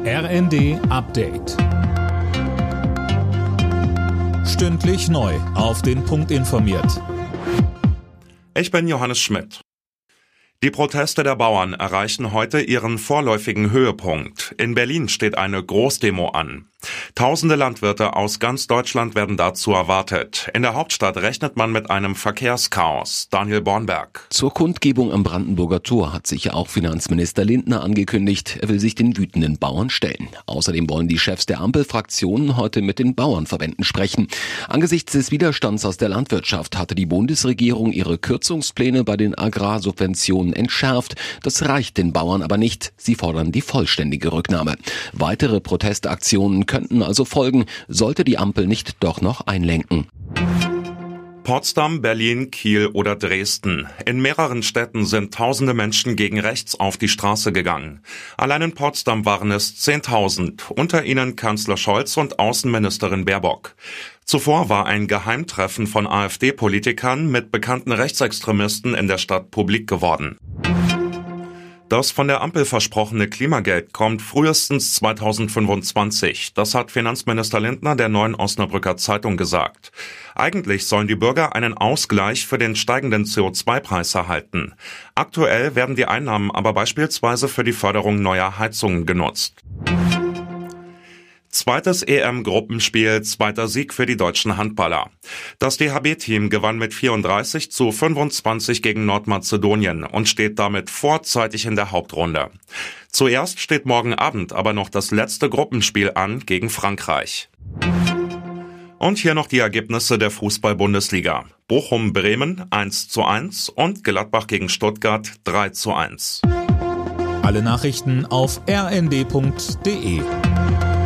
RND Update. Stündlich neu auf den Punkt informiert. Ich bin Johannes Schmidt. Die Proteste der Bauern erreichen heute ihren vorläufigen Höhepunkt. In Berlin steht eine Großdemo an. Tausende Landwirte aus ganz Deutschland werden dazu erwartet. In der Hauptstadt rechnet man mit einem Verkehrschaos. Daniel Bornberg. Zur Kundgebung am Brandenburger Tor hat sich ja auch Finanzminister Lindner angekündigt. Er will sich den wütenden Bauern stellen. Außerdem wollen die Chefs der Ampelfraktionen heute mit den Bauernverbänden sprechen. Angesichts des Widerstands aus der Landwirtschaft hatte die Bundesregierung ihre Kürzungspläne bei den Agrarsubventionen entschärft. Das reicht den Bauern aber nicht. Sie fordern die vollständige Rücknahme. Weitere Protestaktionen könnten also folgen, sollte die Ampel nicht doch noch einlenken. Potsdam, Berlin, Kiel oder Dresden. In mehreren Städten sind tausende Menschen gegen rechts auf die Straße gegangen. Allein in Potsdam waren es 10.000, unter ihnen Kanzler Scholz und Außenministerin Baerbock. Zuvor war ein Geheimtreffen von AfD-Politikern mit bekannten Rechtsextremisten in der Stadt publik geworden. Das von der Ampel versprochene Klimageld kommt frühestens 2025. Das hat Finanzminister Lindner der Neuen Osnabrücker Zeitung gesagt. Eigentlich sollen die Bürger einen Ausgleich für den steigenden CO2-Preis erhalten. Aktuell werden die Einnahmen aber beispielsweise für die Förderung neuer Heizungen genutzt. Zweites EM-Gruppenspiel, zweiter Sieg für die deutschen Handballer. Das DHB-Team gewann mit 34:25 gegen Nordmazedonien und steht damit vorzeitig in der Hauptrunde. Zuerst steht morgen Abend aber noch das letzte Gruppenspiel an gegen Frankreich. Und hier noch die Ergebnisse der Fußball-Bundesliga. Bochum-Bremen 1:1 und Gladbach gegen Stuttgart 3:1. Alle Nachrichten auf rnd.de.